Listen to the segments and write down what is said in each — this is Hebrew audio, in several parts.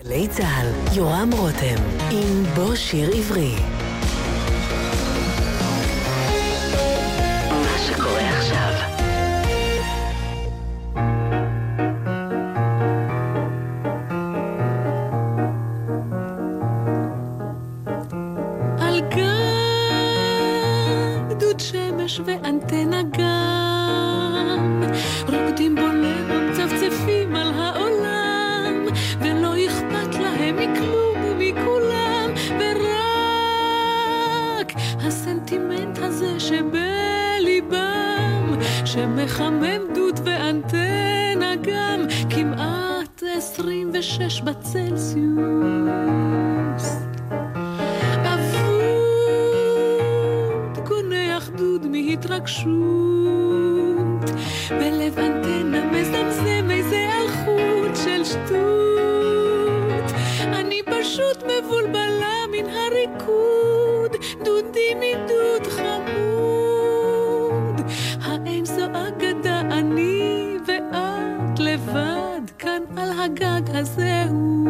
גלי צהל, יורם רותם, עם בוא שיר עברי. מה שקורה עכשיו. על גג, דוד שמש ואנטנה גם, רוקדים בולרות, צפצפים על העולם, ולא אכפת להם מכלום ומכולם, ורק הסנטימנט הזה שבליבם, שמחמם דוד ואנטנה גם, כמעט 26 בצלסיוס. אבוד גונה אחדוד מהתרגשות, בלב אנטנה מזמזם איזה אלחוט של שטות. אני פשוט מבולבלה מן הריקוד, דודי מדוד חמוד. האין זו אגדה, אני ואת לבד כאן על הגג הזה הוא.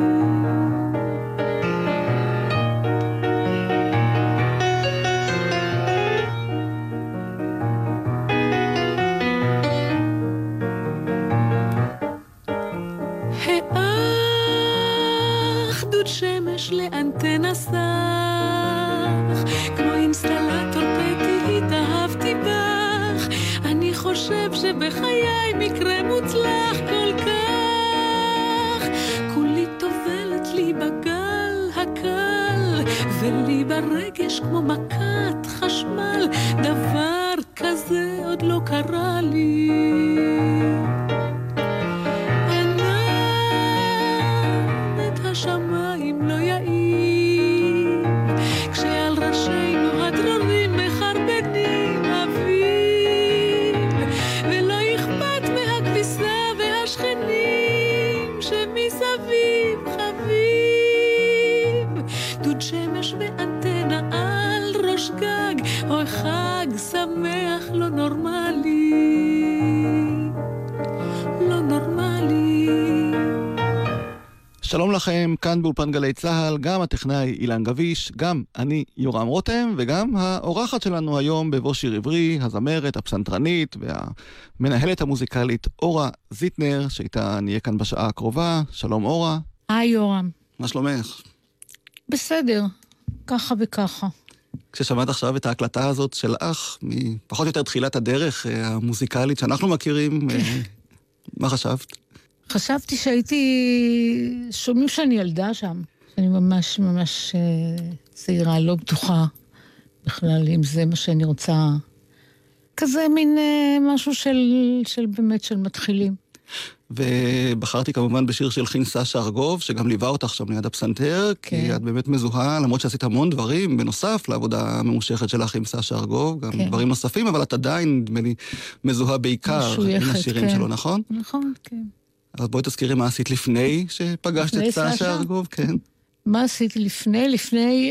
שמש לאנטנה סך, כמו אינסטלטור פתי התאהבתי בך. אני חושב שבחיי מקרה מוצלח כל כך, כולי טובלת לי בגל הקל, ולי ברגש כמו מכת חשמל. דבר כזה עוד לא קרה לי. השמיים לא יעים, כשעל ראשינו הדרורים מחרבנים אביב, ולא אכפת מהכביסה והשכנים שמסביב חביב. דוד שמש ואנטנה על ראש גג, אוי חג שמח לא נורמלי, לא נורמלי. שלום לכם, כאן באולפן גלי צהל, גם הטכנאי אילן גביש, גם אני יורם רותם, וגם האורחת שלנו היום בבוא שיר עברי, הזמרת, הפסנתרנית והמנהלת המוזיקלית אורה זיטנר, שאיתה נהיה כאן בשעה הקרובה. שלום אורה. היי יורם. מה שלומך? בסדר, ככה וככה. כששמעת עכשיו את ההקלטה הזאת של אח, מפחות או יותר תחילת הדרך המוזיקלית שאנחנו מכירים, מה חשבת? חשבתי שומעים שאני ילדה שם. אני ממש ממש צעירה, לא בטוחה בכלל אם זה מה שאני רוצה. כזה מין משהו של באמת של מתחילים. ובחרתי כמובן בשיר של חין סשה ארגוב, שגם ליווה אותך שם ליד הפסנתר, כי את באמת מזוהה, למרות שעשית המון דברים, בנוסף לעבודה הממושכת שלך עם סשה ארגוב, גם דברים נוספים, אבל את עדיין מזוהה בעיקר עם השירים שלו, נכון? נכון, כן. אז בואי תזכירי מה עשית לפני שפגשת את סשה ארגוב, כן. מה עשיתי לפני? לפני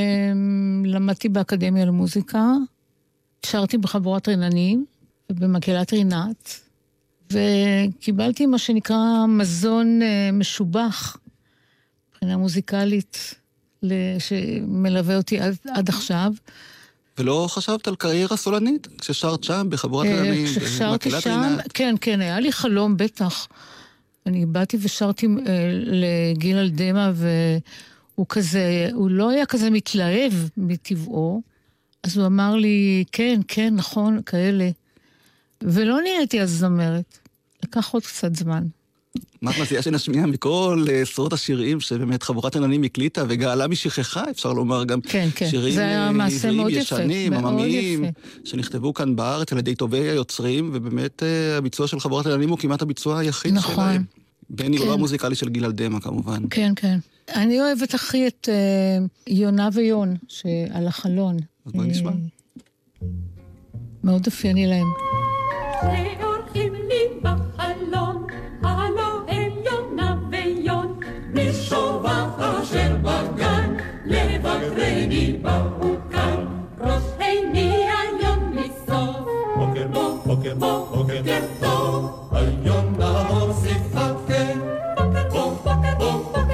למדתי באקדמיה למוזיקה, שרתי בחבורת רננים, ובמקהלת רינת, וקיבלתי מה שנקרא מזון משובח, מבחינה מוזיקלית, שמלווה אותי עד עכשיו. ולא חשבת על קריירה סולנית? כששרת שם בחבורת רננים, במקהלת רינת? כן, כן, היה לי חלום בטח. אני באתי ושרתי לגיל דמה, והוא כזה, הוא לא היה כזה מתלהב מטבעו, אז הוא אמר לי, כן, כן, נכון, כאלה. ולא נהייתי אז זמרת. לקח עוד קצת זמן. מה את מציעה שנשמיע מכל עשרות השירים שבאמת חבורת רננים הקליטה וגאלה משכחה, אפשר לומר גם שירים עבריים ישנים, עממיים, שנכתבו כאן בארץ על ידי טובי היוצרים, ובאמת הביצוע של חבורת רננים הוא כמעט הביצוע היחיד שלהם. בין עברו המוזיקלי של גיל דמה כמובן. כן, כן. אני אוהבת הכי את יונה ויון, שעל החלון. אז בואי נשמע. מאוד אופייני להם. הולכים לי בחלון, הלא הם יונה ויון, משובח אשר בגן, לבקרני באו כאן, ראש עיני היום מסוף, בוקר בו, בוקר בו, בוקר טוב, היונה מוסיפה כן, בוקר בו, בוקר בו, בוקר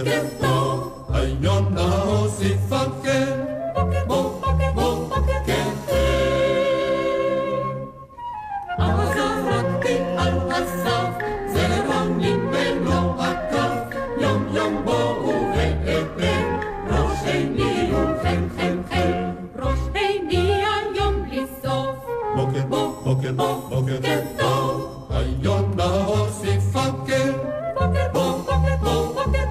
בוקר טוב, היום נוסיף בוקר, בוקר בוקר בוקר אז זרקתי על הסף, זרעונים ולא עקף, יום יום בואו ואתן, ראש עיני וחן חן חן, ראש עיני היום בלי סוף, בוקר בוקר בוקר טוב, היום נוסיף בוקר, בוקר בוקר בוקר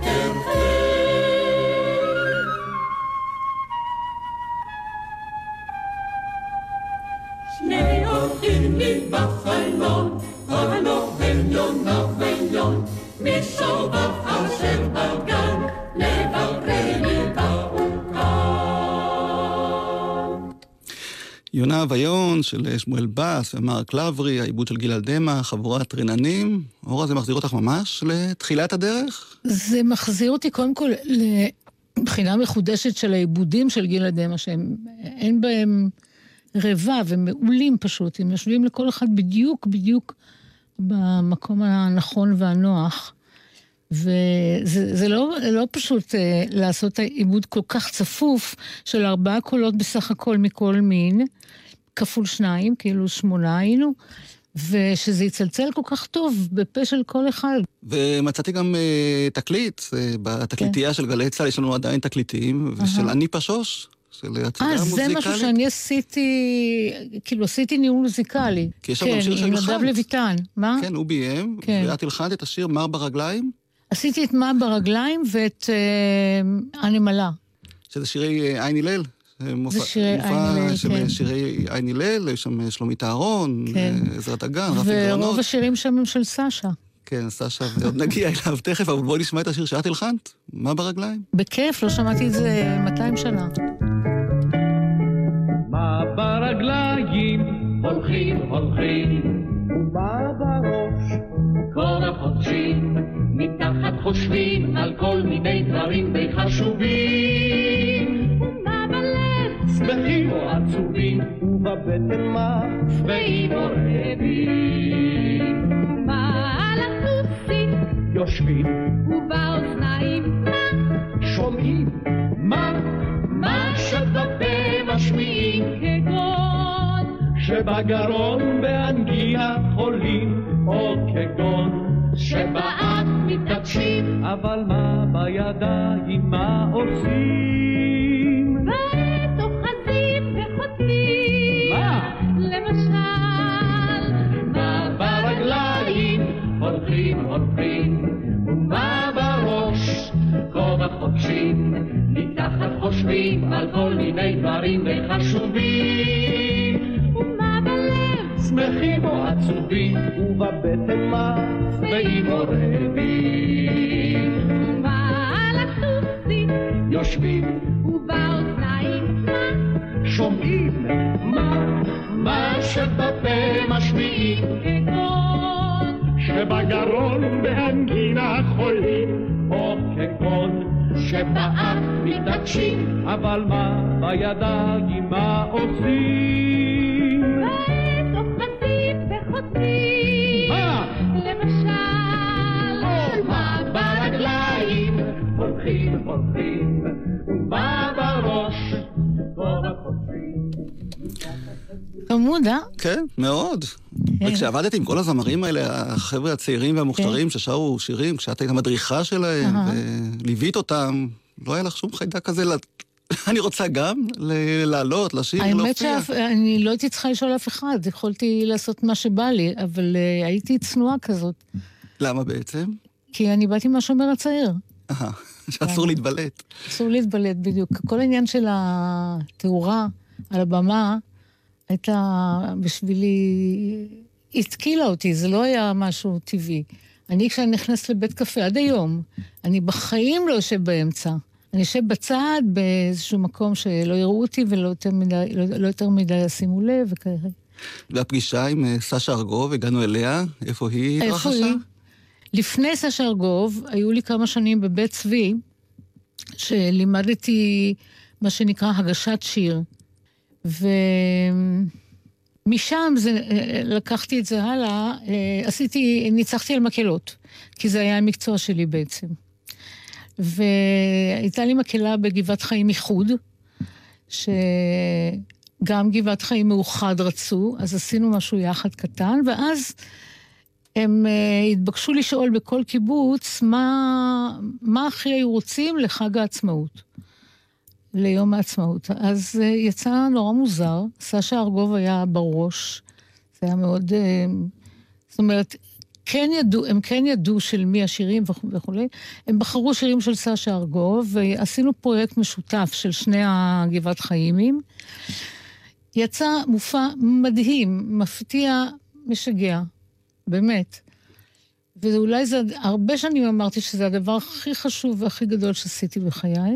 שני אורחים לי בחלון, הלא הם יונה ויון, משובח אשר בגן, לבקרני באוקן. יונה ויון של שמואל בס ומרק לברי, העיבוד של גיל דמה, חבורת רננים. אורה, זה מחזיר אותך ממש לתחילת הדרך? זה מחזיר אותי קודם כל לבחינה מחודשת של העיבודים של גיל דמה, שהם אין בהם רבע ומעולים פשוט, הם יושבים לכל אחד בדיוק במקום הנכון והנוח, וזה לא פשוט לעשות העיבוד כל כך צפוף של 4 קולות בסך הכל מכל מין, כפול 2, כאילו 8 היינו, ושזה יצלצל כל כך טוב בפה של כל אחד. ומצאתי גם תקליט, בתקליטייה של גלי צה"ל יש לנו עדיין תקליטים, ושל אני פשוש. זה משהו שאני עשיתי ניהול מוזיקלי. כי יש שם גם שיר של עם נדב לויטן. מה? כן, הוא ביים, ואת הלחנת את השיר מר ברגליים? עשיתי את מר ברגליים ואת הנמלה. שזה שירי עין הלל? זה שירי עין הלל, כן. שירי עין הלל, יש שם שלומית אהרון, עזרת אגן, רפי גרנות. ורוב השירים שם הם של סשה. כן, סשה, ועוד נגיע אליו תכף, אבל בואי נשמע את השיר שאת הלחנת, מה ברגליים? בכיף, לא שמעתי את זה 200 שנה. מה ברגליים הולכים, ומה בראש כל החודשים, מתחת חושבים על כל מיני דברים די חשובים, ומה בלב שמחים או עצובים, ובבטן מה שבעים או רעבים, ומה על הכוסית יושבים, ובאוזניים מה שומעים, מה שבפה משמיעים, כגון שבגרון באנגינה חולים, או כגון שבאף מתעקשים, אבל מה בידיים מה עושים? ותוחזים וחוטים, מה? למשל מה ברגליים הולכים, ומה בראש כובע חודשים, מתחת חושבים על כל מיני דברים וחשובים, ומה בלב שמחים או עצובים, ובבטן מה שבעים או רעבים, ומה על הסוסים יושבים, ובאוזניים מה שומעים, מה שבפה משמיעים, כגון שבגרון באנגינה חולים, או כגון שבאף מתעקשים, אבל מה בידיים מה עושים? ותוחזים וחוטים, למשל מה ברגליים הולכים, ומה בראש כל החודשים. חמוד, כן, מאוד. וכשעבדתי עם כל הזמרים האלה, החבר'ה הצעירים והמוכשרים ששרו שירים, כשאת היית המדריכה שלהם, וליווית אותם, לא היה לך שום חיידק כזה, אני רוצה גם לעלות, לשיר, להופיע. האמת שאני לא הייתי צריכה לשאול אף אחד, יכולתי לעשות מה שבא לי, אבל הייתי צנועה כזאת. למה בעצם? כי אני באתי מהשומר הצעיר. שאסור להתבלט. אסור להתבלט, בדיוק. כל העניין של התאורה על הבמה, הייתה בשבילי, התקילה אותי, זה לא היה משהו טבעי. אני כשאני נכנסת לבית קפה עד היום, אני בחיים לא יושב באמצע. אני יושב בצד באיזשהו מקום שלא יראו אותי ולא יותר מדי ישימו לב וכאלה. והפגישה עם סשה ארגוב, הגענו אליה, איפה היא התרחשה? איפה היא? לפני סשה ארגוב, היו לי כמה שנים בבית צבי, שלימדתי מה שנקרא הגשת שיר. ומשם לקחתי את זה הלאה, ניצחתי על מקהלות, כי זה היה המקצוע שלי בעצם. והייתה לי מקהלה בגבעת חיים איחוד, שגם גבעת חיים מאוחד רצו, אז עשינו משהו יחד קטן, ואז הם התבקשו לשאול בכל קיבוץ מה הכי היו רוצים לחג העצמאות, ליום העצמאות. אז יצא נורא מוזר, סשה ארגוב היה בראש, זה היה מאוד, זאת אומרת, הם כן ידעו של מי השירים וכו'. הם בחרו שירים של סשה ארגוב, ועשינו פרויקט משותף של שני הגבעת חיימים. יצא מופע מדהים, מפתיע, משגע, באמת. ואולי זה, הרבה שנים אמרתי שזה הדבר הכי חשוב והכי גדול שעשיתי בחיי.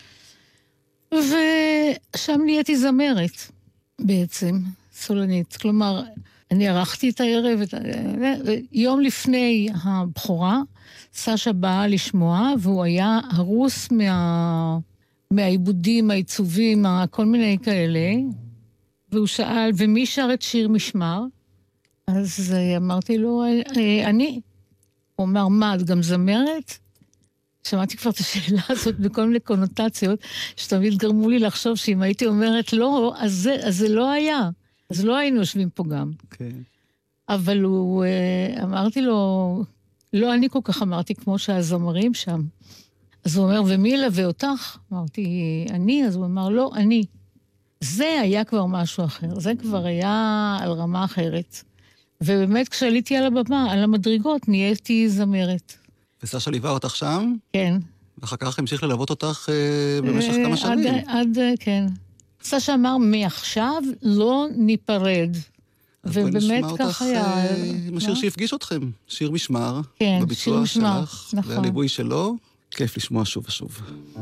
ושם נהייתי זמרת, בעצם, סולנית. כלומר, אני ערכתי את הערב, יום לפני הבכורה, סשה באה לשמוע, והוא היה הרוס מהעיבודים, העיצובים, כל מיני כאלה, והוא שאל, ומי שר את שיר משמר? אז אמרתי לו, אני. הוא אמר, מה, את גם זמרת? שמעתי כבר את השאלה הזאת בכל מיני קונוטציות, שתמיד גרמו לי לחשוב שאם הייתי אומרת לא, אז זה לא היה. אז לא היינו יושבים פה גם. כן. אבל הוא, אמרתי לו, לא אני כל כך אמרתי כמו שהזמרים שם. אז הוא אומר, ומי ילווה אותך? אמרתי, אני? אז הוא אמר, לא, אני. זה היה כבר משהו אחר, זה כבר היה על רמה אחרת. ובאמת כשעליתי על הבמה, על המדרגות, נהייתי זמרת. וסשה ליווה אותך שם? כן. ואחר כך המשיך ללוות אותך במשך כמה שנים. כן. סשה אמר, מעכשיו לא ניפרד. ובאמת כך היה. השיר שהפגיש אתכם, שיר משמר. כן, בביצוע שיר משמר, שלך, נכון. והליווי שלו, כיף לשמוע שוב ושוב.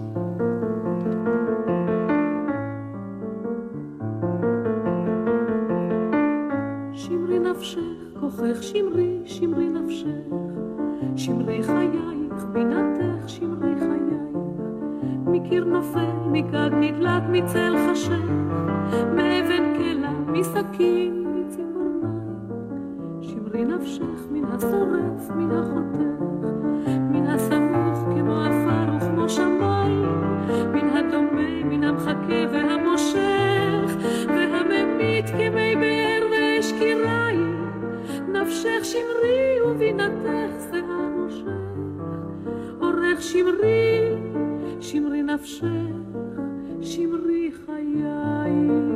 שמרי נפשך, כוחך שמרי, שמרי נפשך, שמרי חייך, בינתך, שמרי חייך, מקיר נופל, מגג נדלק, מצל חשך, מאבן כלה, מסכין, מציפורניים, שמרי נפשך, מן השורף, מן החותך, מן הסמוך כמו אפר וכמו שמיים, מן הדומה, מן המחכה והמושך, והממית כמי באר ואש קיריים, נפשך שמרי ובינתך שיער ראשך, אורך שמרי, שמרי נפשך, שמרי חיי.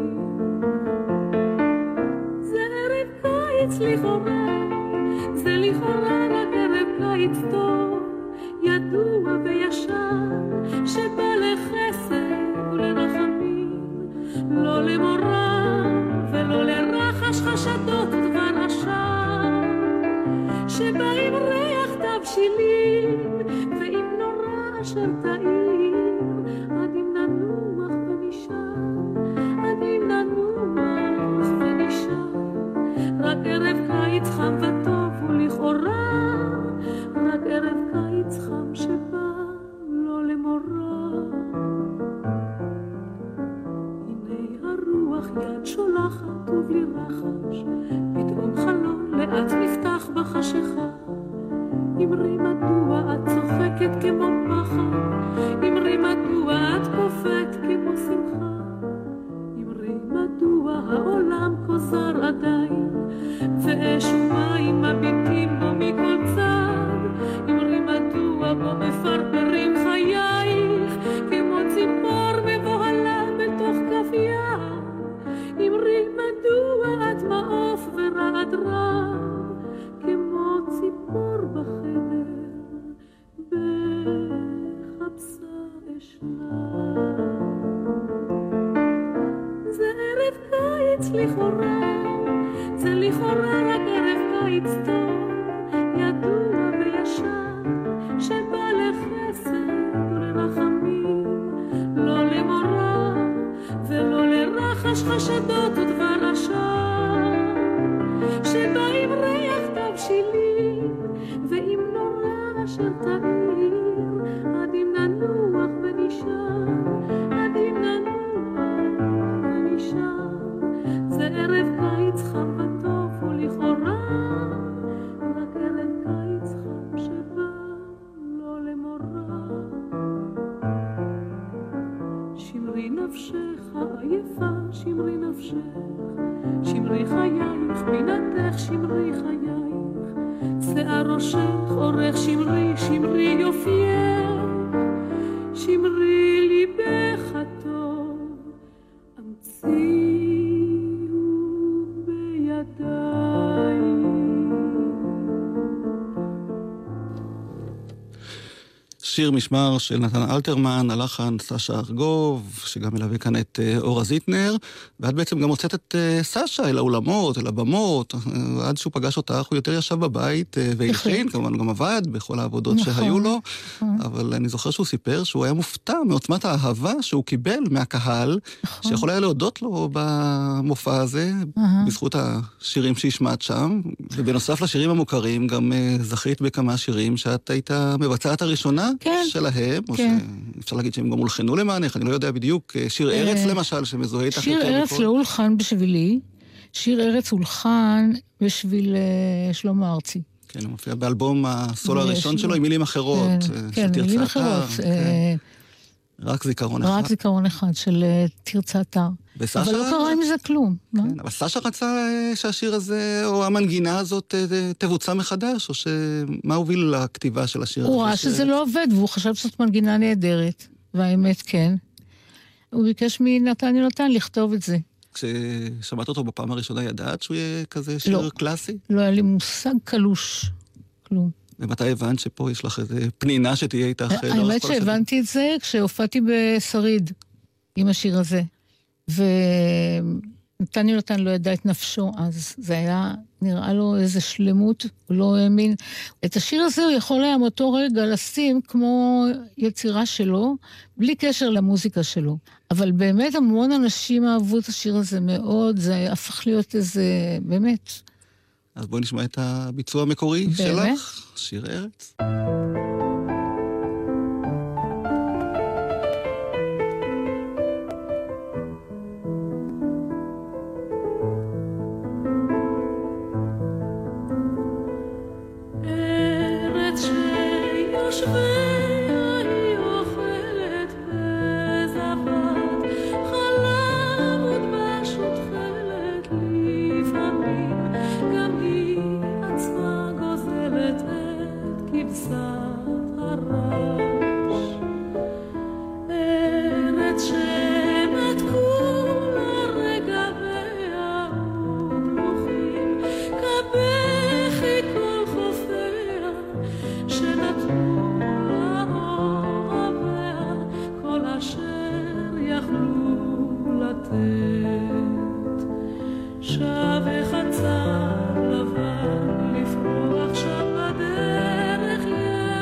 זה ערב קיץ לכאורה, זה לכאורה רק ערב קיץ טוב, ידוע וישר, שבא לחסד ולרחמים, לא למורא ולא לרחש חשדות ודבר אשר, שבא עם ריח תבשילים ועם נורא אשר תאיר, עד אם ננוח ונשאר, עד אם ננוח ונשאר, רק ערב קיץ חם וטוב ולכאורה, רק ערב קיץ חם שבא לא למורא. הנה הרוח יד שולחת ובלי רחש, פתאום חלון לאט נפתח בחשיכה, אמרי מדוע את צוחקת כמו פחד, אמרי מדוע את קופאת כמו שמחה, אמרי מדוע העולם כוזר עדיין, ואש ומים מביטים בו מכל צד, אמרי מדוע בו מפרפרים חייך, כמו ציפור מבוהלה בתוך כף יד, אמרי מדוע את מעוף ורעד רב, כמו ציפור בחדר, בחפשה אשנה. זה ערב קיץ לכאורה, זה לכאורה רק ערב קיץ טוב, ידוע וישר, שבא לחסד ולרחמים, לא למורא ולא לרחש חשדות ודבר אשר, שבא עם ריח תבשילים ועם נורא אשר תאיר, עד אם ננוח ונשאר, עד אם ננוח ונשאר, זה ערב קיץ חם וטוב ולכאורה, רק ערב קיץ חם שבא לא למורא. שמרי נפשך, שמרי חייך, פינתך, שמרי חייך, שיער ראשך, אורך, שמרי, שמרי יופייך, שמרי ליבך הטוב, המציאו בידיי. שיר משמר של נתן אלתרמן, הלחן סשה ארגוב, שגם מלווה כאן את אורה זיטנר, ואת בעצם גם הוצאת את סשה אל האולמות, אל הבמות, עד שהוא פגש אותך, הוא יותר ישב בבית והלחין, כמובן גם עבד בכל העבודות שהיו לו, אבל אני זוכר שהוא סיפר שהוא היה מופתע מעוצמת האהבה שהוא קיבל מהקהל, שיכול היה להודות לו במופע הזה, בזכות השירים שהשמעת שם, ובנוסף לשירים המוכרים, גם זכית בכמה שירים שאת היית מבצעת הראשונה, שלהם, או שאפשר להגיד שהם גם הולחנו למענך, אני לא יודע בדיוק, שיר ארץ למשל, שמזוהה איתך יותר בכל. שיר ארץ לא הולחן בשבילי, שיר ארץ הולחן בשביל שלמה ארצי. כן, הוא מופיע באלבום הסולו הראשון שלו עם מילים אחרות. כן, מילים אחרות. רק זיכרון אחד. רק זיכרון אחד של תרצה אתר. אבל לא קרה עם זה כלום. אבל סשה רצה שהשיר הזה, או המנגינה הזאת, תבוצע מחדש, או שמה הוביל לכתיבה של השיר הזה? הוא ראה שזה לא עובד, והוא חשב שזאת מנגינה נהדרת, והאמת כן. הוא ביקש מנתן יונתן לכתוב את זה. כששמעת אותו בפעם הראשונה, ידעת שהוא יהיה כזה שיר קלאסי? לא היה לי מושג קלוש, כלום. ומתי הבנת שפה יש לך איזה פנינה שתהיה איתך? האמת שהבנתי את זה כשהופעתי בשריד עם השיר הזה. ונתן יונתן לא ידע את נפשו, אז זה היה, נראה לו איזה שלמות, הוא לא האמין. את השיר הזה הוא יכול היה מאותו רגע לשים כמו יצירה שלו, בלי קשר למוזיקה שלו. אבל באמת המון אנשים אהבו את השיר הזה מאוד, זה הפך להיות איזה, באמת. אז בואי נשמע את הביצוע המקורי שלך, שיר ארץ. ארץ שיושבי וחצה לבן לפרוח שם בדרך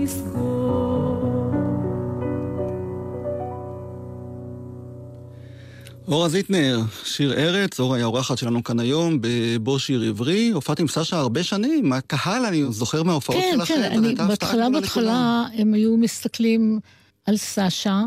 לזכור. אורה זיטנר, שיר ארץ, אורה היא האורחת שלנו כאן היום בבוא שיר עברי, הופעת עם סשה הרבה שנים, הקהל אני זוכר מההופעות שלכם. כן, בהתחלה הם היו מסתכלים על סשה,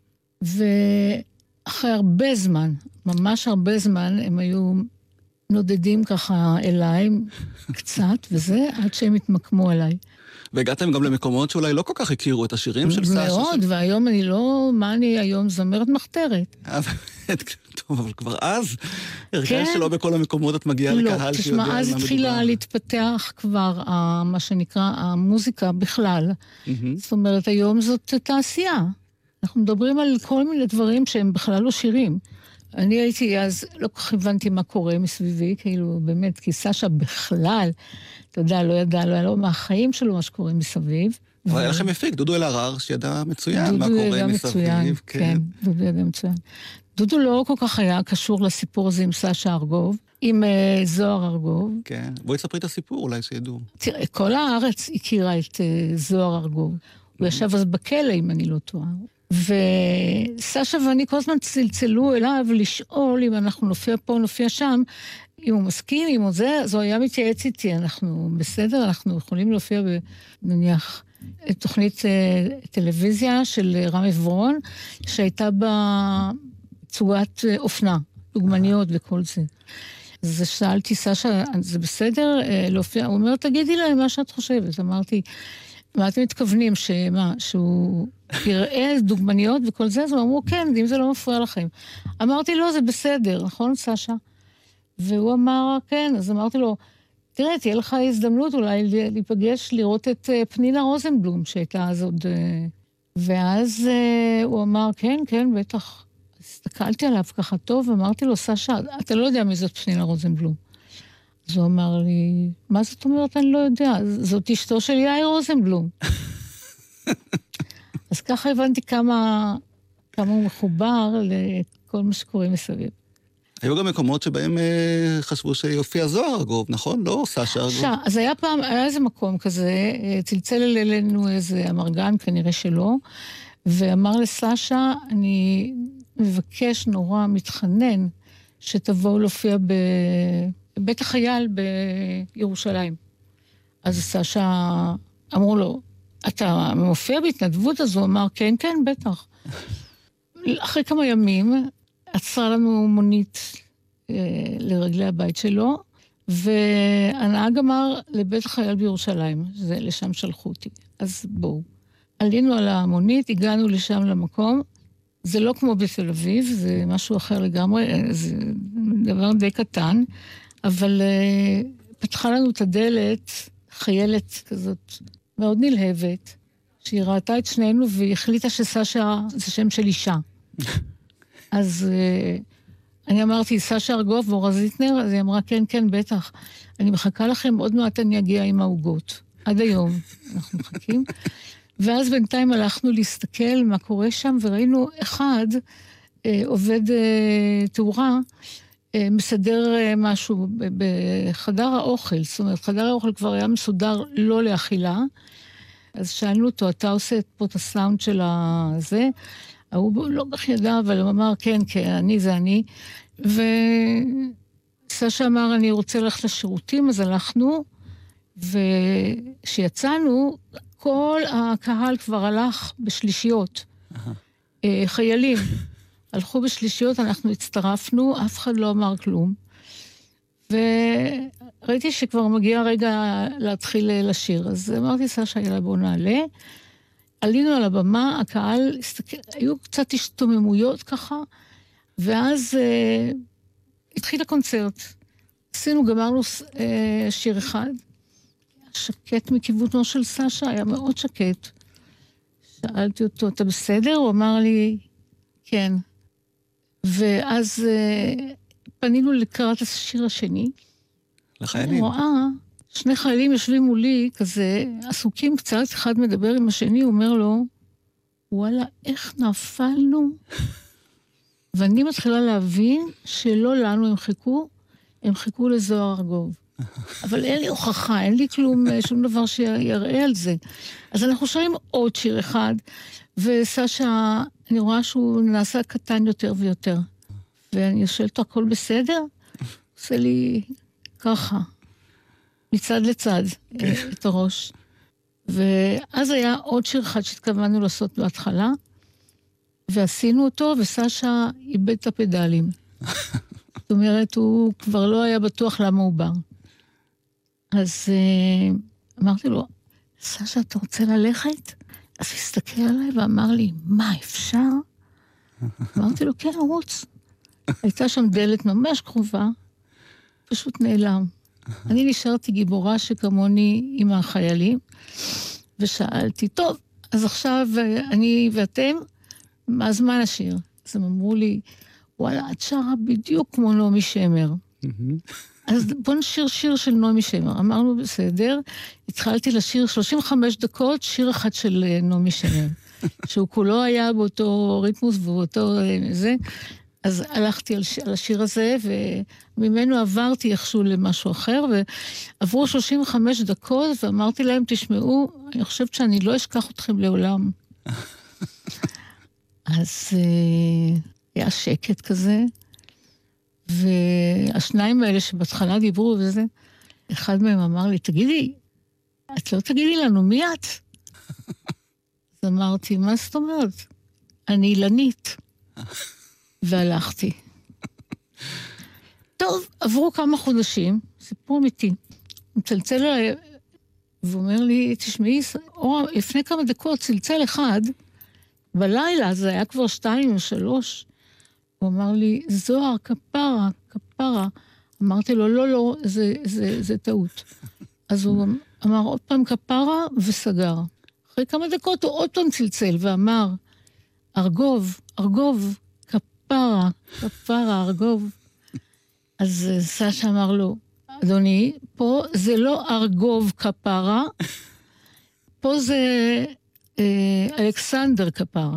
ואחרי הרבה זמן, ממש הרבה זמן, הם היו נודדים ככה אליי קצת, וזה עד שהם התמקמו אליי. והגעתם גם למקומות שאולי לא כל כך הכירו את השירים של סשה. מאוד, והיום אני לא, מה אני היום זמרת מחתרת. טוב, אבל כבר אז, הרגע שלא בכל המקומות את מגיעה לקהל שיודע מה מדובר. אז התחילה להתפתח כבר, מה שנקרא, המוזיקה בכלל. זאת אומרת, היום זאת תעשייה. אנחנו מדברים על כל מיני דברים שהם בכלל לא שירים. אני הייתי אז, לא כך הבנתי מה קורה מסביבי, כאילו באמת, כי סשה בכלל, אתה יודע, לא ידע, לא היה לו מהחיים שלו מה שקורה מסביב. אבל היה לכם מפיק, דודו אלהרר, שידע מצוין מה קורה מסביב. כן, דודו ידע מצוין. דודו לא כל כך היה קשור לסיפור הזה עם סשה ארגוב, עם זוהר ארגוב. כן, בואי תספרי את הסיפור, אולי שידעו. תראה, כל הארץ הכירה את זוהר ארגוב. הוא ישב אז בכלא, אם אני לא טועה. וסשה ואני כל הזמן צלצלו אליו לשאול אם אנחנו נופיע פה, נופיע שם, אם הוא מסכים, אם הוא זה, אז הוא היה מתייעץ איתי, אנחנו בסדר, אנחנו יכולים להופיע נניח תוכנית טלוויזיה של רם עברון, שהייתה בצורת אופנה, דוגמניות וכל זה. אז שאלתי, סשה, זה בסדר להופיע? הוא אומר, תגידי להם מה שאת חושבת. אמרתי, מה אתם מתכוונים? שהוא יראה דוגמניות וכל זה? אז הוא אמרו, כן, אם זה לא מפריע לכם. אמרתי, לא, זה בסדר, נכון, סשה? והוא אמר, כן, אז אמרתי לו, תראה, תהיה לך הזדמנות אולי להיפגש, לראות את פנינה רוזנבלום, שהייתה אז עוד... ואז הוא אמר, כן, כן, בטח. הסתכלתי עליו ככה טוב, ואמרתי לו, סשה, אתה לא יודע מי זאת פנינה רוזנבלום. אז הוא אמר לי, מה זאת אומרת? אני לא יודע. זאת אשתו של יאיר רוזנבלום. אז ככה הבנתי כמה הוא מחובר לכל מה שקורה מסביב. היו גם מקומות שבהם חשבו שיופיע זוהר ארגוב, נכון? לא סשה ארגוב. אז היה פעם, היה איזה מקום כזה, צלצל אלינו איזה אמרגן, כנראה שלא, ואמר לסשה, אני מבקש נורא, מתחנן, שתבואו להופיע בבית החייל בירושלים. אז סשה אמרו לו, אתה מופיע בהתנדבות? אז הוא אמר, כן, כן, בטח. אחרי כמה ימים, עצרה לנו מונית לרגלי הבית שלו, והנהג אמר לבית החייל בירושלים, לשם שלחו אותי. אז בואו. עלינו על המונית, הגענו לשם למקום, זה לא כמו בתל אביב, זה משהו אחר לגמרי, זה דבר די קטן, אבל פתחה לנו את הדלת, חיילת כזאת מאוד נלהבת, שהיא ראתה את שנינו והיא החליטה שסשה זה שם של אישה. אז אני אמרתי, סשה ארגוב ואורה זיטנר, אז היא אמרה, כן, כן, בטח. אני מחכה לכם, עוד מעט אני אגיע עם העוגות. עד היום אנחנו מחכים. ואז בינתיים הלכנו להסתכל מה קורה שם, וראינו אחד עובד תאורה, מסדר משהו בחדר האוכל. זאת אומרת, חדר האוכל כבר היה מסודר לא לאכילה. אז שאלנו אותו, אתה עושה פה את הסאונד של הזה? הוא לא כך ידע, אבל הוא אמר, כן, כן, אני זה אני. וסשה אמר, אני רוצה ללכת לשירותים, אז הלכנו, וכשיצאנו, כל הקהל כבר הלך בשלישיות. חיילים הלכו בשלישיות, אנחנו הצטרפנו, אף אחד לא אמר כלום. וראיתי שכבר מגיע רגע להתחיל לשיר. אז אמרתי, סשה, יאללה, בוא נעלה. עלינו על הבמה, הקהל היו קצת השתוממויות ככה, ואז התחיל הקונצרט. גמרנו שיר אחד, שקט מכיוונו של סשה, היה מאוד שקט. שאלתי אותו, אתה בסדר? הוא אמר לי, כן. ואז פנינו לקראת השיר השני. לחיילים. אני רואה, שני חיילים יושבים מולי, כזה, עסוקים קצת, אחד מדבר עם השני, הוא אומר לו, וואלה, איך נפלנו? ואני מתחילה להבין שלא לנו הם חיכו לזוהר ארגוב. אבל אין לי הוכחה, אין לי כלום, שום דבר שיראה על זה. אז אנחנו שרים עוד שיר אחד, וסשה, אני רואה שהוא נעשה קטן יותר ויותר. ואני שואלת, הכל בסדר? עושה לי ככה, מצד לצד, את הראש. ואז היה עוד שיר אחד שהתכוונו לעשות בהתחלה, ועשינו אותו, וסשה איבד את הפדלים. זאת אומרת, הוא כבר לא היה בטוח למה הוא בא. אז אמרתי לו, סשה, אתה רוצה ללכת? אז הוא הסתכל עליי ואמר לי, מה, אפשר? אמרתי לו, כן, רוץ. הייתה שם דלת ממש קרובה, פשוט נעלם. אני נשארתי גיבורה שכמוני עם החיילים, ושאלתי, טוב, אז עכשיו אני ואתם, מה הזמן השיר? אז הם אמרו לי, וואלה, את שרה בדיוק כמו נעמי שמר. אז בוא נשיר שיר של נעמי שמר. אמרנו, בסדר, התחלתי לשיר 35 דקות, שיר אחד של נעמי שמר. שהוא כולו היה באותו ריתמוס ובאותו זה. אז הלכתי על השיר הזה, וממנו עברתי איכשהו למשהו אחר, ועברו 35 דקות, ואמרתי להם, תשמעו, אני חושבת שאני לא אשכח אתכם לעולם. אז היה שקט כזה, והשניים האלה שבהתחלה דיברו וזה, אחד מהם אמר לי, תגידי, את לא תגידי לנו מי את? אז אמרתי, מה זאת אומרת? אני אילנית. והלכתי. טוב, עברו כמה חודשים, סיפור אמיתי. הוא מצלצל אליי, ואומר לי, תשמעי, לפני כמה דקות צלצל אחד, בלילה, זה היה כבר 2 או 3, הוא אמר לי, זוהר, כפרה, כפרה. אמרתי לו, לא, לא, זה טעות. אז הוא אמר עוד פעם כפרה וסגר. אחרי כמה דקות הוא עוד פעם צלצל ואמר, ארגוב, ארגוב, כפרה, כפרה, ארגוב. אז סשה אמר לו, אדוני, פה זה לא ארגוב כפרה, פה זה אלכסנדר כפרה.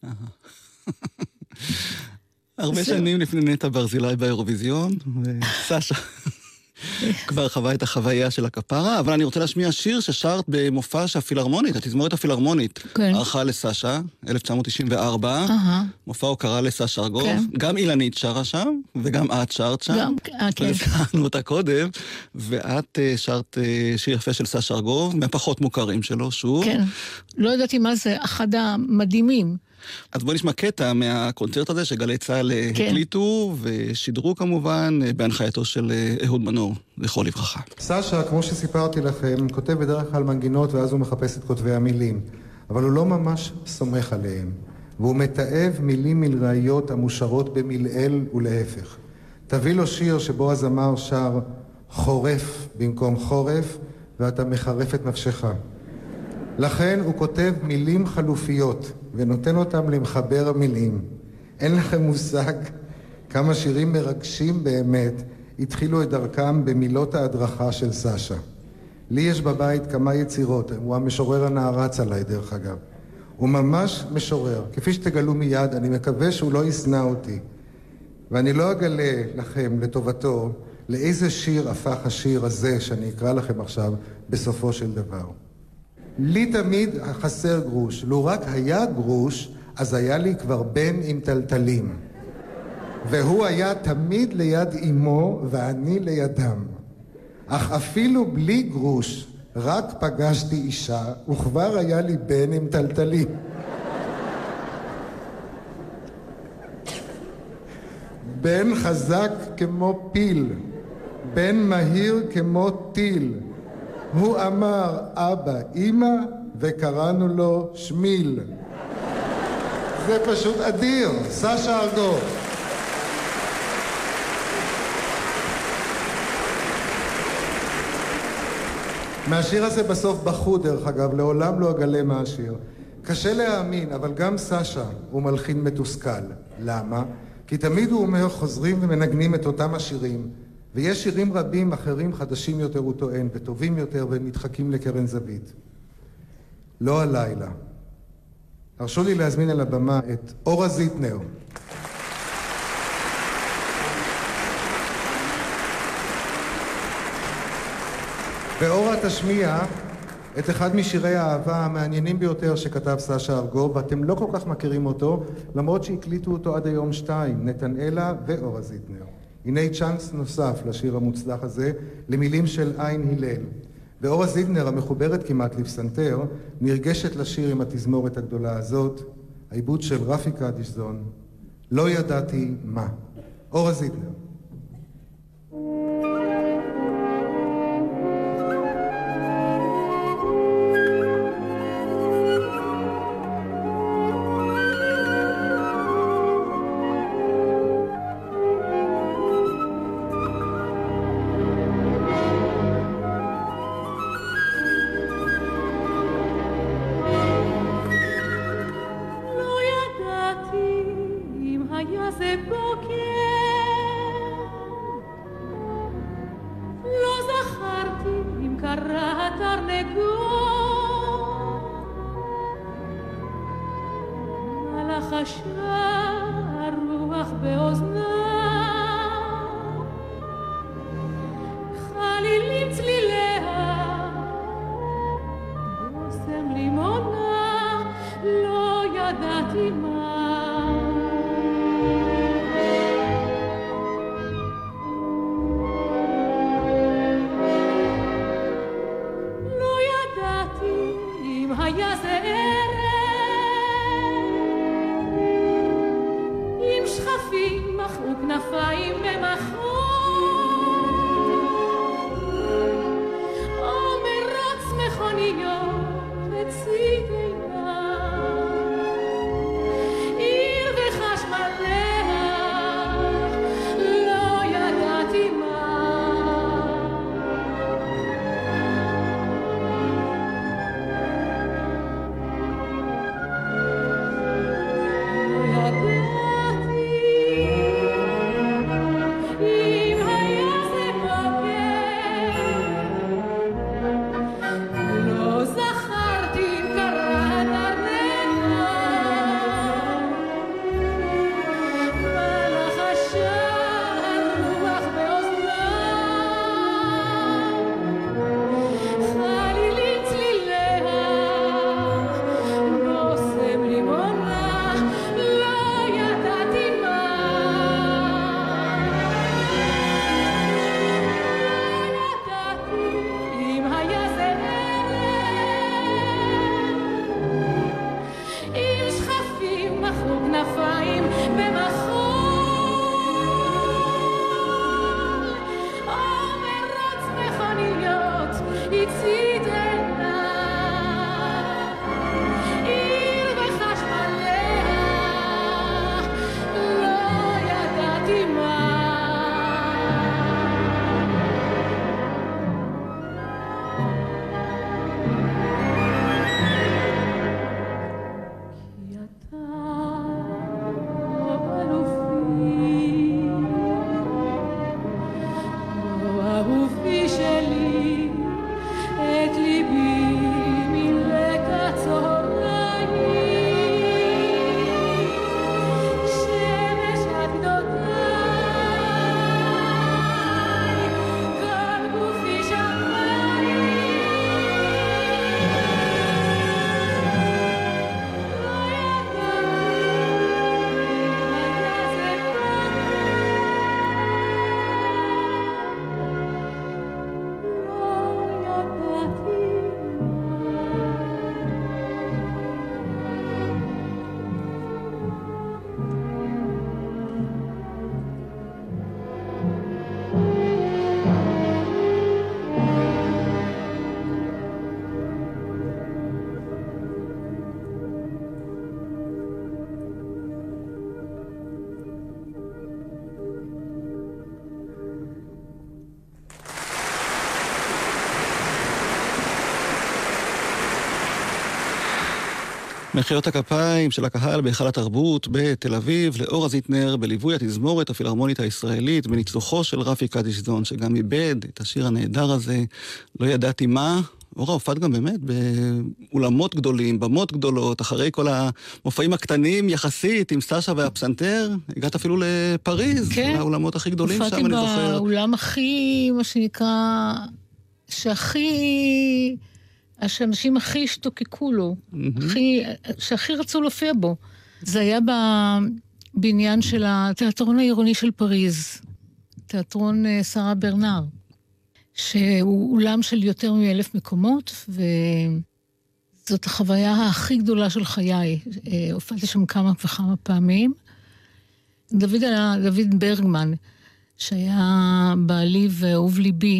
הרבה שנים לפני נטע ברזילי באירוויזיון, וסשה כבר חווה את החוויה של הכפרה, אבל אני רוצה להשמיע שיר ששרת במופע שהפילהרמונית, התזמורת הפילהרמונית, ערכה לסשה, 1994, מופע הוקרה לסשה ארגוב, גם אילנית שרה שם, וגם את שרת שם, הזכרנו אותה קודם, ואת שרת שיר יפה של סשה ארגוב, מהפחות מוכרים שלו, שוב. כן, לא ידעתי מה זה, אחד המדהימים. אז בואו נשמע קטע מהקונצרט הזה שגלי צהל הקליטו ושידרו כמובן בהנחייתו של אהוד מנור, זכרו לברכה. סשה, כמו שסיפרתי לכם, כותב בדרך כלל מנגינות ואז הוא מחפש את כותבי המילים, אבל הוא לא ממש סומך עליהם, והוא מתאב מילים מלראיות המושרות במילאל ולהפך. תביא לו שיר שבו הזמר שר חורף במקום חורף ואתה מחרף את נפשך. לכן הוא כותב מילים חלופיות ונותן אותם למחבר המילים. אין לכם מושג כמה שירים מרגשים באמת התחילו את דרכם במילות ההדרכה של סשה. לי יש בבית כמה יצירות, הוא המשורר הנערץ עליי דרך אגב. הוא ממש משורר, כפי שתגלו מיד, אני מקווה שהוא לא ישנא אותי. ואני לא אגלה לכם לטובתו לאיזה שיר הפך השיר הזה שאני אקרא לכם עכשיו בסופו של דבר. לי תמיד חסר גרוש, לו רק היה גרוש, אז היה לי כבר בן עם טלטלים. והוא היה תמיד ליד אמו ואני לידם. אך אפילו בלי גרוש, רק פגשתי אישה, וכבר היה לי בן עם טלטלים. בן חזק כמו פיל, בן מהיר כמו טיל. הוא אמר אבא, אמא, וקראנו לו שמיל. זה פשוט אדיר, סשה ארגוב. מהשיר הזה בסוף בחו דרך אגב, לעולם לא אגלה מה השיר. קשה להאמין, אבל גם סשה הוא מלחין מתוסכל. למה? כי תמיד הוא אומר חוזרים ומנגנים את אותם השירים, ויש שירים רבים אחרים חדשים יותר הוא טוען, וטובים יותר ונדחקים לקרן זווית. לא הלילה. הרשו לי להזמין אל הבמה את אורה זיטנר. ואורה תשמיע את אחד משירי האהבה המעניינים ביותר שכתב סשה ארגוב, ואתם לא כל כך מכירים אותו, למרות שהקליטו אותו עד היום 2, נתנאלה ואורה זיתנר. הנה צ'אנס נוסף לשיר המוצלח הזה, למילים של עין הלל. ואורה זיתנר, המחוברת כמעט לפסנתר, נרגשת לשיר עם התזמורת הגדולה הזאת, העיבוד של רפי קדישזון, לא ידעתי מה. אורה זיתנר. מחיאות הכפיים של הקהל בהיכל התרבות בתל אביב, לאורה זיתנר בליווי התזמורת הפילהרמונית הישראלית, בניצוחו של רפי קדישזון, שגם איבד את השיר הנהדר הזה, לא ידעתי מה. אורה הופעת גם באמת באולמות גדולים, במות גדולות, אחרי כל המופעים הקטנים יחסית עם סשה והפסנתר, הגעת אפילו לפריז, כן. לאולמות הכי גדולים שם, אני זוכר. הופעתי באולם הכי, מה שנקרא, שאנשים הכי השתוקקו לו, שהכי רצו להופיע בו. זה היה בעניין של התיאטרון העירוני של פריז, תיאטרון שרה ברנר, שהוא אולם של יותר מ1,000 מקומות, וזאת החוויה הכי גדולה של חיי. הופעתי שם כמה וכמה פעמים. דוד ברגמן, שהיה בעלי ואהוב ליבי,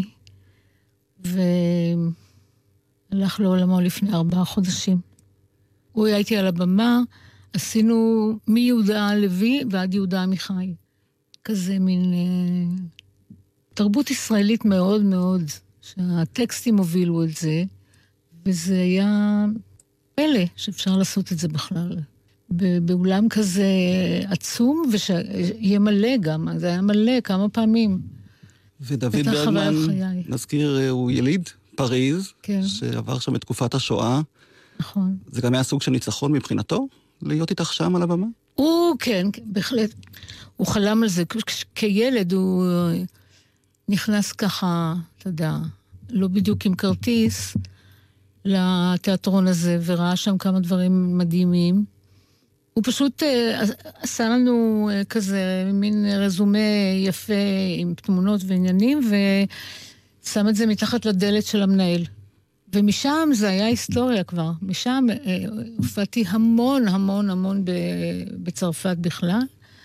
והלך לעולמו לפני 4 חודשים. הוא היה איתי על הבמה, עשינו מיהודה לוי ועד יהודה עמיחי. כזה מין תרבות ישראלית מאוד מאוד, שהטקסטים הובילו את זה, וזה היה פלא שאפשר לעשות את זה בכלל. באולם כזה עצום, ושיהיה מלא גם, זה היה מלא כמה פעמים. ודוד ברגמן, נזכיר, הוא יליד פריז, כן. שעבר שם את תקופת השואה. נכון. זה גם היה סוג של ניצחון מבחינתו, להיות איתך שם על הבמה? כן, בהחלט. הוא חלם על זה. כילד הוא נכנס ככה, אתה יודע, לא בדיוק עם כרטיס, לתיאטרון הזה, וראה שם כמה דברים מדהימים. הוא פשוט עשה לנו כזה מין רזומה יפה עם תמונות ועניינים, ושם את זה מתחת לדלת של המנהל. ומשם זה היה היסטוריה כבר. משם הופעתי המון בצרפת בכלל,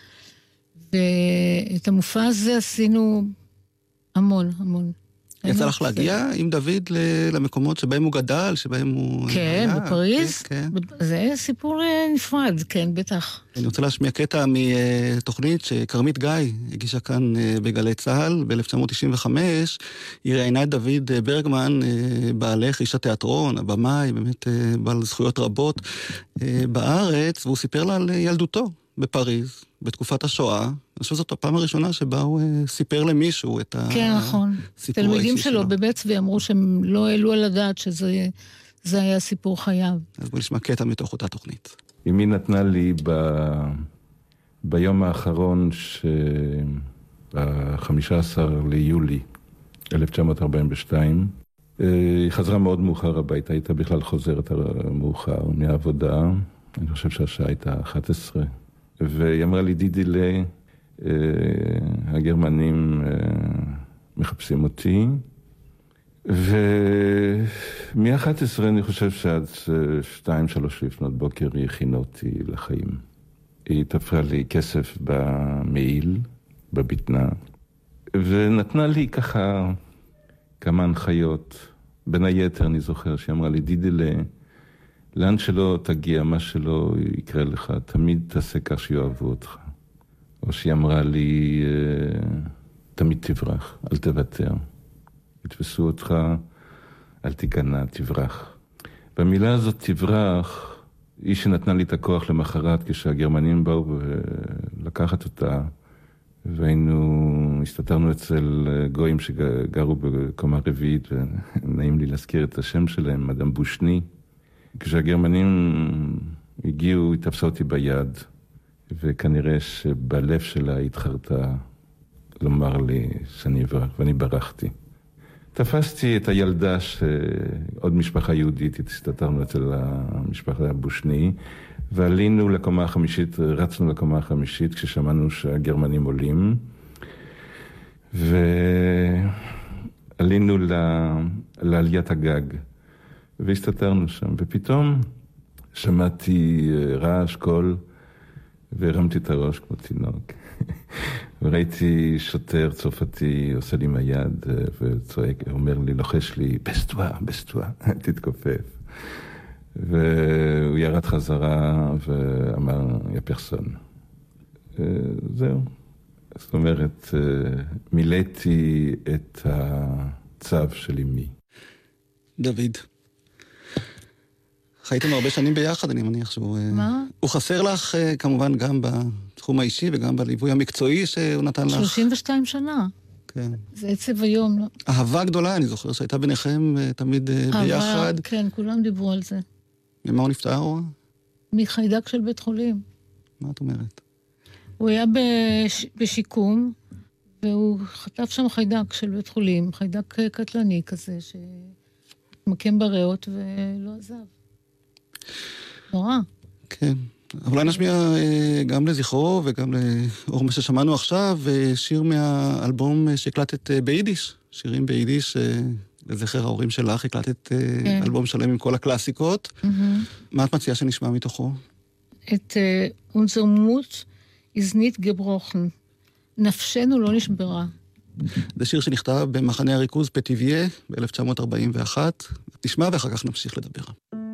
ואת המופע הזה עשינו המון. יצא לך להגיע עם דוד למקומות שבהם הוא גדל, שבהם הוא... כן, בפריז. זה סיפור נפרד, כן, בטח. אני רוצה להשמיע קטע מתוכנית שקרמית גיא הגישה כאן בגלי צהל ב-1995. היא ראיינה את דוד ברגמן, בעלך, איש התיאטרון, הבמאי, באמת בעל זכויות רבות בארץ, והוא סיפר לה על ילדותו בפריז, בתקופת השואה. אני חושב שזאת הפעם הראשונה שבה הוא סיפר למישהו את הסיפור כן, נכון. תלמידים שלו בבית צבי אמרו שהם לא העלו על הדעת שזה היה סיפור חייו. אז בוא נשמע קטע מתוך אותה תוכנית. אמי נתנה לי ביום האחרון ב-15 ליולי 1942, היא חזרה מאוד מאוחר הביתה, הייתה בכלל חוזרת מאוחר מהעבודה, אני חושב שהשעה הייתה 11, והיא אמרה לי, דידילה, הגרמנים מחפשים אותי, ומ-11 אני חושב שעד 2-3 לפנות בוקר היא הכינה אותי לחיים. היא תפרה לי כסף במעיל, בבטנה, ונתנה לי ככה כמה הנחיות. בין היתר אני זוכר שהיא אמרה לי, דידילה, לאן שלא תגיע, מה שלא יקרה לך, תמיד תעשה כך שיאהבו אותך. או שהיא אמרה לי, תמיד תברח, אל תוותר. יתפסו אותך, אל תיכנע, תברח. במילה הזאת תברח, היא שנתנה לי את הכוח למחרת, כשהגרמנים באו לקחת אותה, הסתתרנו אצל גויים שגרו בקומה רביעית, ונעים לי להזכיר את השם שלהם, אדם בושני. כשהגרמנים הגיעו, היא תפסה אותי ביד, וכנראה שבלב שלה התחרתה לומר לי שאני אברח, ואני ברחתי. תפסתי את הילדה שעוד משפחה יהודית, הסתתרנו אצל המשפחה הבושני, ועלינו לקומה החמישית, רצנו לקומה החמישית כששמענו שהגרמנים עולים, ועלינו לעליית הגג, והסתתרנו שם, ופתאום שמעתי רעש, קול, והרמתי את הראש כמו תינוק. וראיתי שוטר צרפתי עושה לי מהיד וצועק, אומר לי, לוחש לי, בסטואה, תתכופף. והוא ירד חזרה ואמר, יא פרסון. זהו. זאת אומרת, מילאתי את הצו של אמי. דוד, חייתם הרבה שנים ביחד, אני מניח שהוא... מה? הוא חסר לך כמובן גם בתחום האישי וגם בליווי המקצועי שהוא נתן לך. 32 שנה. כן. זה עצב היום, לא? אהבה גדולה, אני זוכר שהייתה ביניכם תמיד ביחד. כן, כולם דיברו על זה. ממה הוא נפטר? מחיידק של בית חולים. מה את אומרת? הוא היה בשיקום, והוא חטף שם חיידק של בית חולים, חיידק קטלני כזה, שמקם בריאות ולא עזב. נורא. כן. אולי נשמיע גם לזכרו וגם לאור מה ששמענו עכשיו, שיר מהאלבום שהקלטת ביידיש, שירים ביידיש, לזכר ההורים שלך, הקלטת אלבום שלם עם כל הקלאסיקות. מה את מציעה שנשמע מתוכו? את Unser Mut ist nicht gebrochen. נפשנו לא נשברה. זה שיר שנכתב במחנה הריכוז פטיביה ב-1941. תשמע ואחר כך נמשיך לדבר.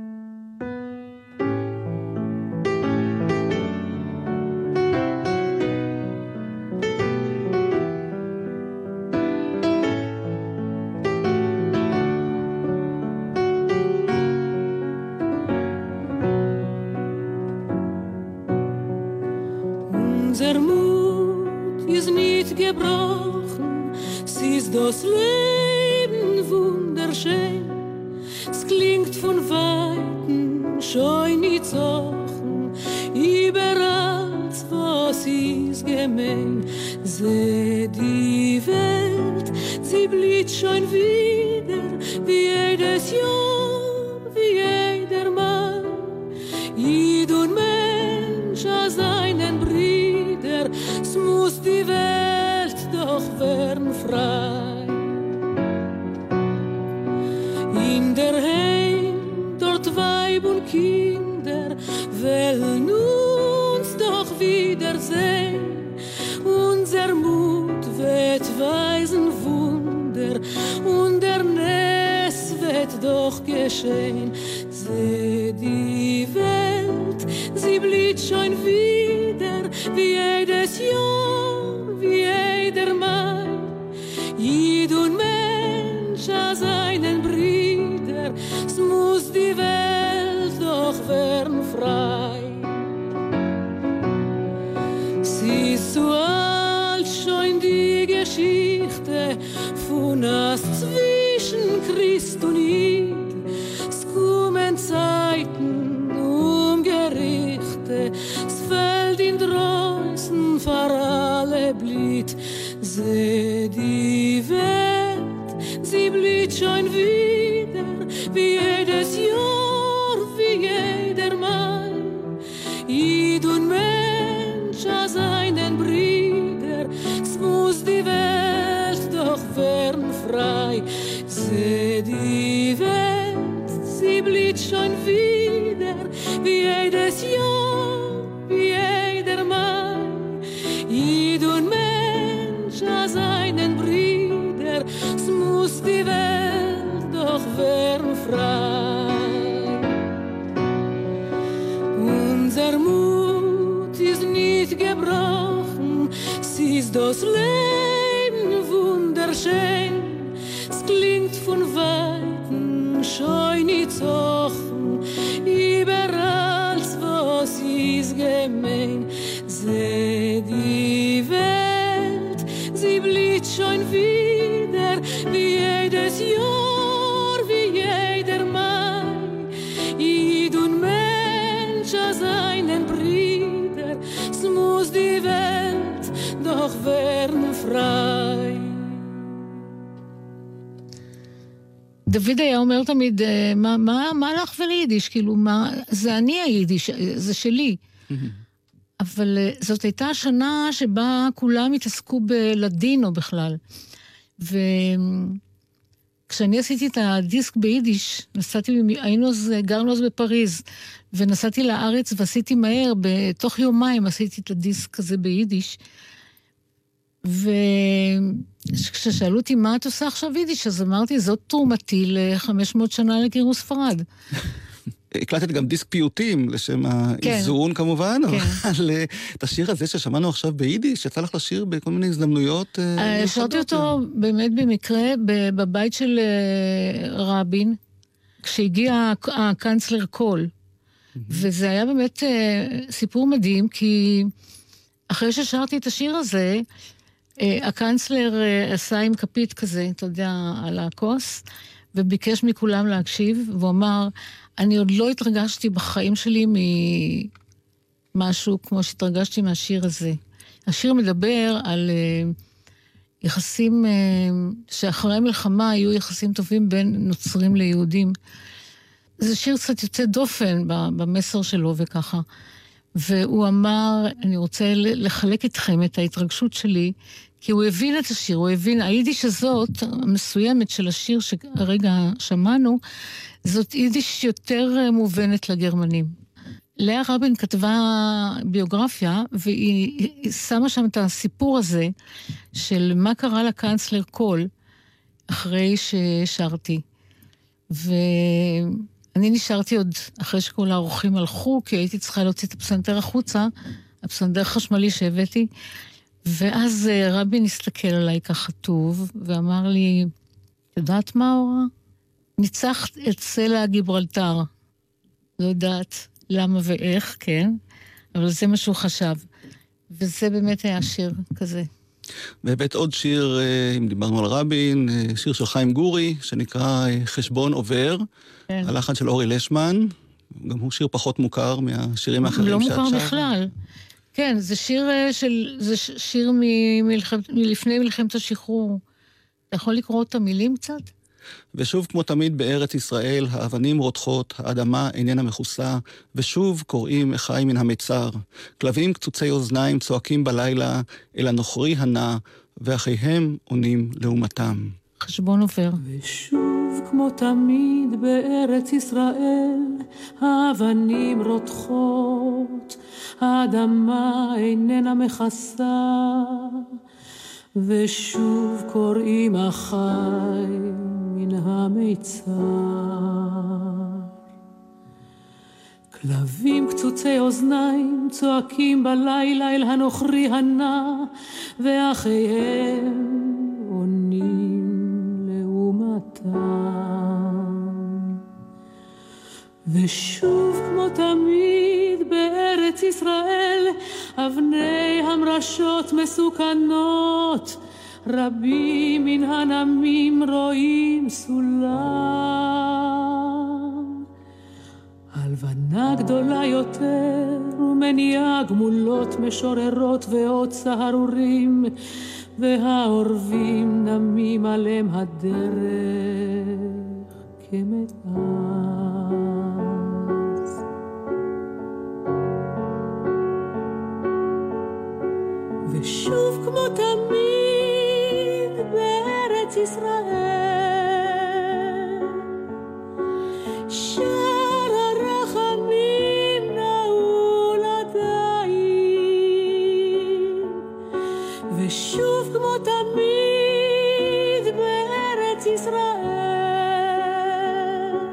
Unser Mut ist nicht gebrochen, sie ist das Leben wunderschön. Es klingt von Weitem schon nicht zochen, überall, was ist gemein. Seh die Welt, sie blüht schon wieder, wie jedes Jahr, wie jeder Mal. Jed und Mensch aus seinen Brüder, es muss die Welt doch werden frei. In der Heim, dort Weib und Kinder, wollen uns doch wiedersehen. Unser Mut wird weisen Wunder, und der Ness wird doch geschehen. Seh die Welt, sie blüht schon wieder, wie jedes Jahr, wie jeder Mai. Jed und Mensch aus seinen Brüder, es muss die Welt doch werden frei. Sie ist so alt schon die Geschichte von uns zwischen Christ und Jid. Es kommen Zeiten Gerichte, es fällt in Dreußen vor alle Blit. Seh die Welt, sie blüht schon wieder, wie jedes Jahr, wie jeder Mai. Jed und Mensch aus seinen Brüder, es muss die Welt doch werden frei. Seh die Welt, sie blüht schon wieder, wie jedes Jahr, wie jeder Mai. Jed und Mensch aus seinen Brüder, es muss die Welt doch werden frei. Unser Mut ist nicht gebrochen, sie ist das Leben wunderschön. Es klingt von Weitem schon nicht zochen, überall, was ist gemein. Seh die Welt, sie blüht schon wieder, wie jedes Jahr, wie jeder Mai. Jed und Mensch aus seinen Brüder, es muss die Welt doch werden frei. דוד היה אומר תמיד, מה לך וליידיש? כאילו, זה אני היידיש, זה שלי. אבל זאת הייתה השנה שבה כולם התעסקו בלדינו בכלל. וכשאני עשיתי את הדיסק ביידיש, גרנו אז בפריז, ונסעתי לארץ ועשיתי מהר, בתוך יומיים עשיתי את הדיסק הזה ביידיש. וכששאלו אותי מה את עושה עכשיו יידיש, אז אמרתי, זאת תרומתי ל-500 שנה לגירוש ספרד. הקלטת גם דיסק פיוטים, לשם האיזון כמובן, אבל את השיר הזה ששמענו עכשיו ביידיש, יצא לך לשיר בכל מיני הזדמנויות מיוחדות. שרתי אותו באמת במקרה בבית של רבין, כשהגיע הקנצלר קול, וזה היה באמת סיפור מדהים, כי אחרי ששרתי את השיר הזה, הקנצלר עשה עם כפית כזה, אתה יודע, על הכוס, וביקש מכולם להקשיב, והוא אמר, אני עוד לא התרגשתי בחיים שלי ממשהו כמו שהתרגשתי מהשיר הזה. השיר מדבר על יחסים שאחרי המלחמה היו יחסים טובים בין נוצרים ליהודים. זה שיר קצת יוצא דופן במסר שלו וככה. והוא אמר, אני רוצה לחלק איתכם את ההתרגשות שלי, כי הוא הבין את השיר, הוא הבין, היידיש הזאת, המסוימת של השיר שהרגע שמענו, זאת יידיש יותר מובנת לגרמנים. לאה רבין כתבה ביוגרפיה, והיא שמה שם את הסיפור הזה, של מה קרה לקנצלר קול, אחרי ששרתי. ואני נשארתי עוד אחרי שכל האורחים הלכו, כי הייתי צריכה להוציא את הפסנתר החוצה, הפסנתר חשמלי שהבאתי, ואז רבין הסתכל עליי ככה טוב, ואמר לי, יודעת מה אורה? ניצחת את סלע גיברלטר. לא יודעת למה ואיך, כן, אבל זה מה שהוא חשב. וזה באמת היה שיר כזה. והבאת עוד שיר, אם דיברנו על רבין, שיר של חיים גורי, שנקרא חשבון עובר, כן. הלחן של אורי לשמן, גם הוא שיר פחות מוכר מהשירים האחרים לא מוכר בכלל. כן, זה שיר מלפני מלחמת השחרור. אתה יכול לקרוא את המילים קצת? ושוב כמו תמיד בארץ ישראל, האבנים רותחות, האדמה איננה מכוסה, ושוב קוראים אחי מן המצר. כלבים קצוצי אוזניים צועקים בלילה אל הנוכרי הנע, ואחיהם עונים לעומתם. חשבון עובר. ושוב כמו תמיד בארץ ישראל, האבנים רותחות, האדמה איננה מכסה, ושוב קוראים אחי מן המיצר. כלבים קצוצי אוזניים צועקים בלילה אל הנוכרי הנע, ואחיהם עונים לעומתם. ושוב כמו תמיד בארץ ישראל, אבני המרשות מסוכנות, רבים מן הנמים רואים סולם. הלבנה גדולה יותר ומניעה גמולות משוררות ועוד סהרורים, והעורבים נמים עליהם הדרך כמאז. ושוב כמו תמיד בארץ ישראל, שער הרחמים נעול עדיין. ושוב כמו תמיד בארץ ישראל,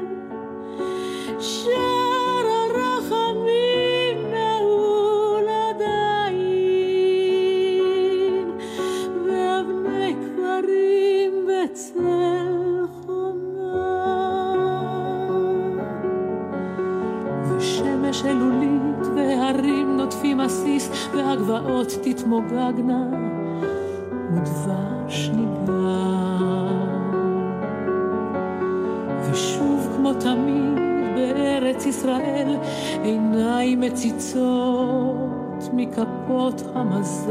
שער הרחמים נעול עדיין, ואבני קברים בצל חומה, ושמש אלולית והרים נוטפים עסיס, והגבעות תתמוגגנה ודבש ניגר. ושוב כמו תמיד בארץ ישראל, עיניים מציצות מכפות המזל,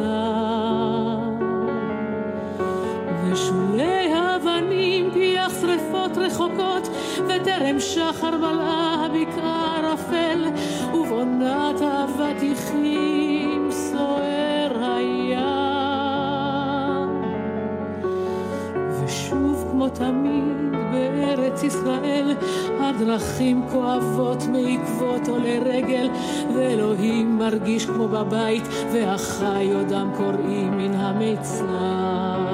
ושולי האבנים פיח שרפות רחוקות, וטרם שחר מלאה הבקעה ערפל, ובעונת האבטיחים סוער הים. ושוב כמו תמיד בארץ ישראל, הדרכים כואבות מעקבות עולי רגל, ואלוהים מרגיש כמו בבית, ואחי עודם קוראים מן המיצר.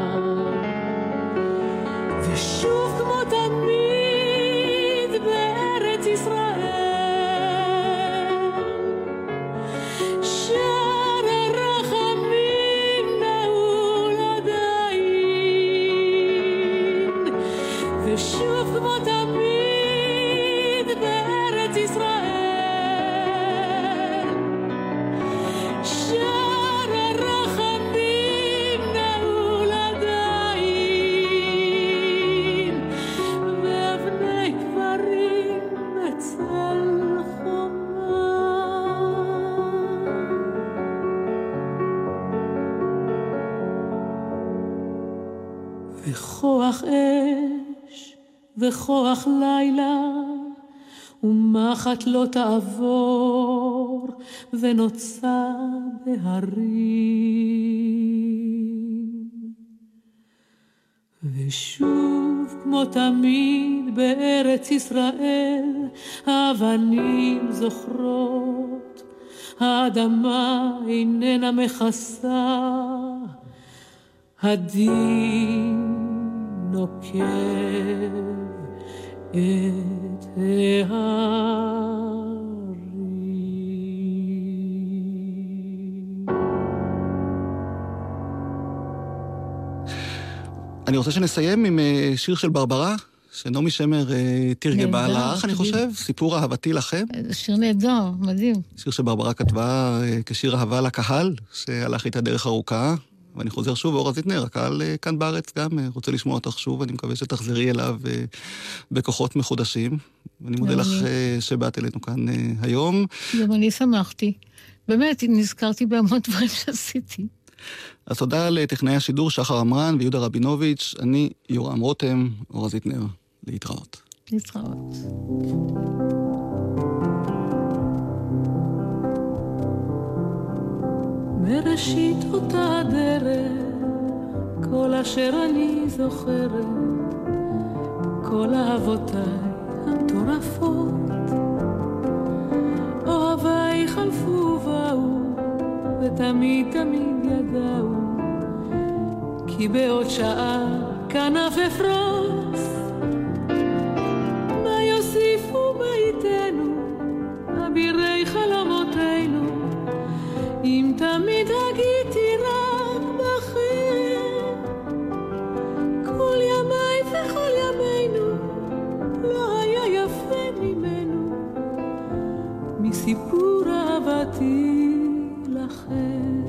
ושוב כמו תמיד בארץ ישראל, שער הרחמים נעול עדיין. ושוב כמו תמיד בארץ ישראל, שער הרחמים נעול עדיין, רוח אש וכוח לילה, ומחת לא תעבור ונוצה בהרים. ושוב כמו תמיד בארץ ישראל האבנים זוכרות, האדמה איננה מכסה, הדין נוקב את ההרים. אני רוצה שנסיים עם שיר של ברברה, שנעמי שמר תרגמה לך, אני חושב, סיפור אהבתי לכם. שיר נהדר, מדהים. שיר שברברה כתבה כשיר אהבה לקהל, שהלך איתה דרך ארוכה, ואני חוזר שוב, אורה זיטנר, הקהל כאן בארץ גם רוצה לשמוע אותך שוב, אני מקווה שתחזרי אליו בכוחות מחודשים. ואני מודה לך שבאת אלינו כאן היום. גם אני שמחתי. באמת, נזכרתי בהמון דברים שעשיתי. אז תודה לטכנאי השידור שחר אמרן ויהודה רבינוביץ', אני יורם רותם, אורה זיטנר, להתראות. להתראות. מראשית אותה הדרך, כל אשר אני זוכרת, כל אהבותיי המטורפות, אוהביי חלפו ובאו, ותמיד תמיד ידעו, כי בעוד שעה כנף אפרוס, מה יוסיפו מה ייתנו, אבירי חלומותינו, אם תמיד הגיתי רק בכם. כל ימיי וכל ימינו לא היה יפה ממנו, מסיפור אהבתי לכם.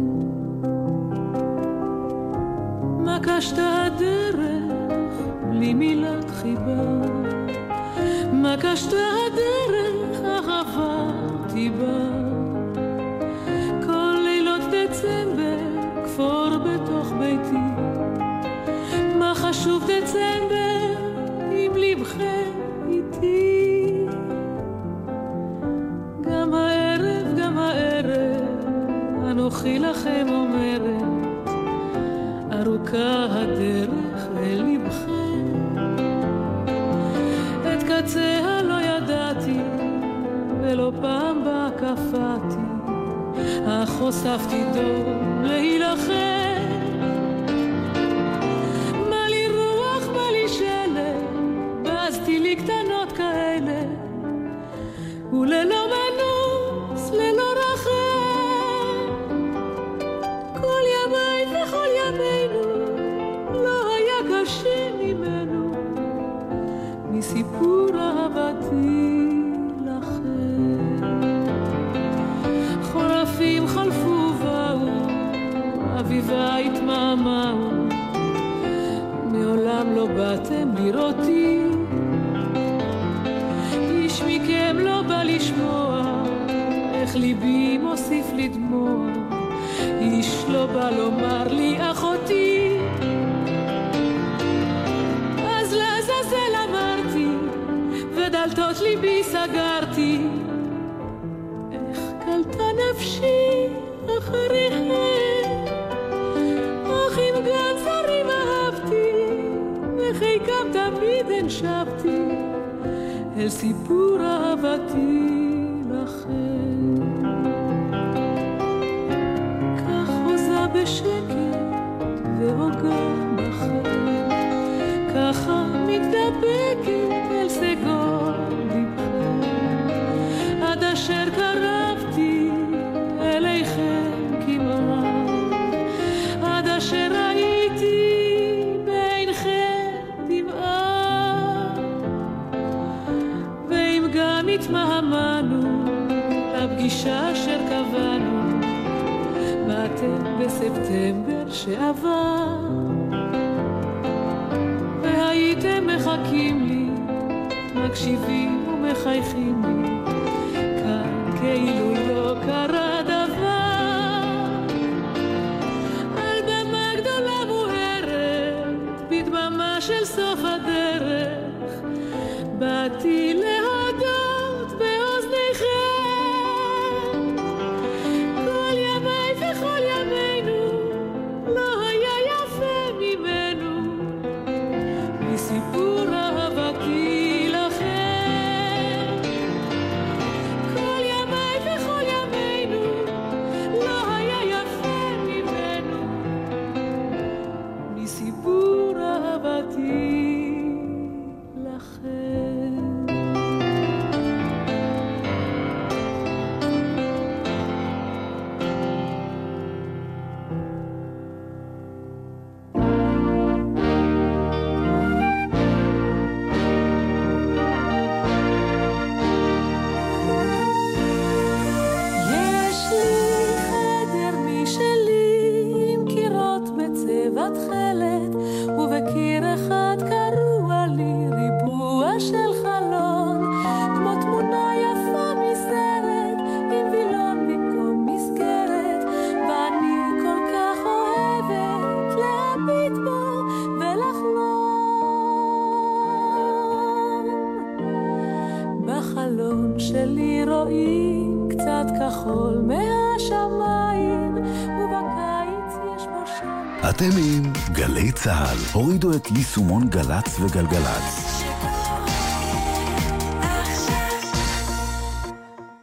מה קשתה הדרך בלי מילת חיבה, מה קשתה הדרך אך עברתי בה, דצמבר כפור בתוך ביתי, מה חשוב דצמבר אם לבכם איתי. גם הערב אנוכי לכם אומרת, ארוכה הדרך אל לבכם, את קצה לא ידעתי ולא פעם בה קפאתי, אך חושפתי דור להילחם. מה לי רוח, מה לי שלם, בזתי לי קטנות כאלה, וללא מנוס, ללא רחם. כל ימיי וכל ימינו לא היה קשה ממנו, מסיפור אהבתי חלפו ובאו, אביבה התמהמהו, מעולם לא באתם לראותי, איש מכם לא בא לשמוע איך ליבי מוסיף לדמוע, איש לא בא לומר לי אחותי. אז לעזאזל אמרתי ודלתות ליבי סגרתי, קלטה נפשי אחריכם, אך אם גן זרים אהבתי, וחיקם תמיד הנשבתי, אל סיפור אהבתי לכם. כך חוזה בשקט והוגה בכם, ככה מתדבקת אל סגור לבכם, עד אשר קרבתי אליכם כמעט, עד אשר ראיתי בעינכם דמעה. ואם גם התמהמנו לפגישה אשר קבענו, באתם בספטמבר שעבר, והייתם מחכים לי, מקשיבים ומחייכים לי, כאילו לא קרה דבר. על במה גדולה מוארת, בדממה של קצת כחול מהשמיים, ובקיץ יש בו שם. אתם עם גלי צהל. הורידו את יישומון גלץ וגלגלץ.